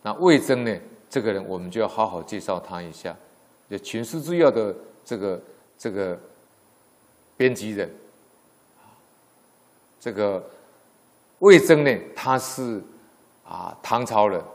那魏征呢，这个人我们就要好好介绍他一下，就《群书治要》的这个编辑人。这个魏征呢，他是唐朝人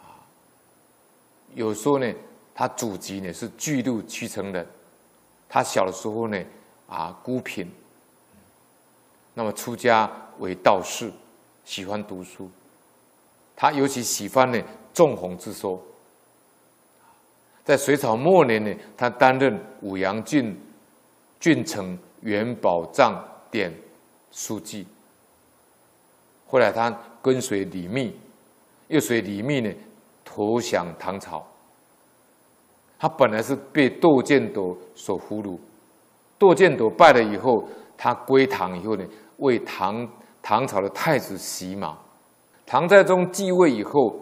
有说呢，他祖籍呢是巨鹿曲城人。他小的时候呢孤贫，那么出家为道士，喜欢读书。他尤其喜欢呢纵横之说。在隋朝末年呢，他担任武阳郡郡城元宝藏典书记。后来他跟随李密，又随李密呢投降唐朝。他本来是被窦建斗所俘虏，窦建斗败了以后，他归唐以后呢，为唐朝的太子洗马。唐太宗继位以后，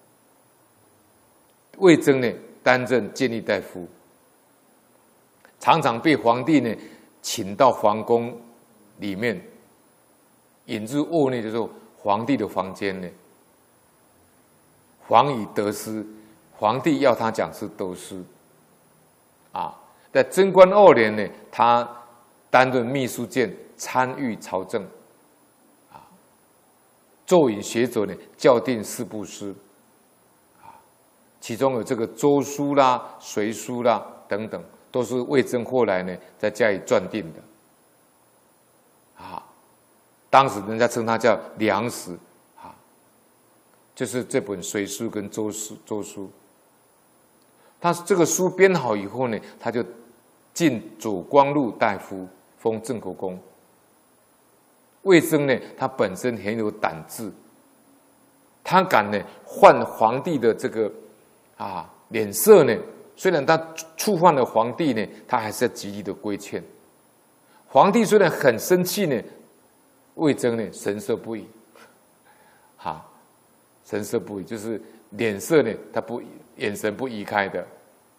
魏征呢担任谏议大夫，常常被皇帝呢请到皇宫里面，引入卧内，就是皇帝的房间呢。皇以得失，皇帝要他讲是得失。在贞观2年呢，他担任秘书监，参与朝政。奏引学者呢校订4部诗，其中有这个周书啦、隋书啦等等，都是魏征后来呢再加以撰订的。当时人家称他叫良史，就是这本隋书跟周书。他这个书编好以后呢，他就进左光禄大夫，封正国公。魏征呢，他本身很有胆志，他敢呢换皇帝的这个脸色呢。虽然他触犯了皇帝呢，他还是要极力的规劝。皇帝虽然很生气呢，魏征呢神色不已，神色不已，就是脸色呢，他眼神不移开的。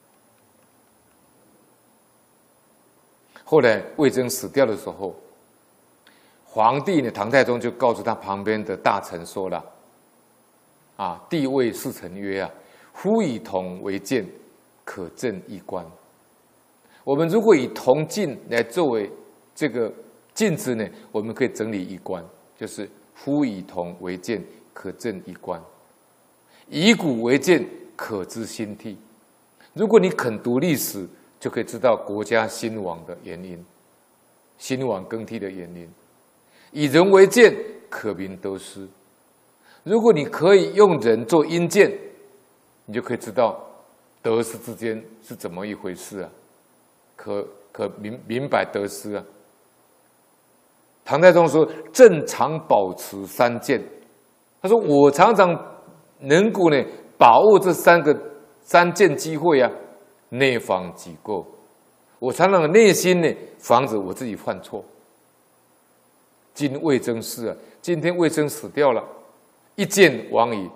后来魏征死掉的时候，皇帝呢，唐太宗就告诉他旁边的大臣说了，帝谓侍臣曰夫以铜为鉴，可正衣冠。我们如果以铜镜来作为这个镜子呢，我们可以整理衣冠，就是夫以铜为鉴，可正衣冠；以古为鉴，可知兴替。如果你肯读历史，就可以知道国家兴亡的原因，兴亡更替的原因。以人为鉴，可明得失。如果你可以用人做因鉴，你就可以知道得失之间是怎么一回事啊，可明白得失啊。唐太宗说：“朕常保持3鉴。”他说：“我常常能够呢把握这3件机会啊，内防己过。我常常内心呢防止我自己犯错。今魏征逝今天魏征死掉了，一剑亡矣。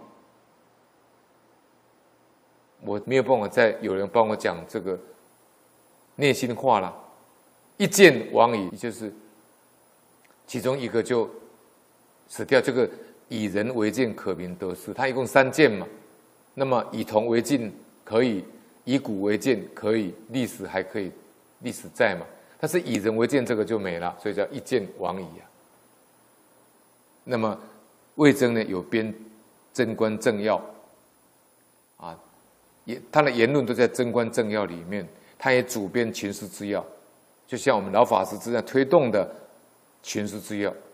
我没有办法再有人帮我讲这个内心话了。一剑亡矣，就是其中一个就死掉。这个以人为鉴，可明得失。它一共3件嘛。那么以铜为镜可以，以古为鉴可以，历史还可以，历史在嘛。但是以人为鉴这个就没了，所以叫一剑亡矣啊。那么魏征呢有编《贞观政要》他的言论都在《贞观政要》里面。他也主编《群书治要》，就像我们老法师这样推动的《群书治要》。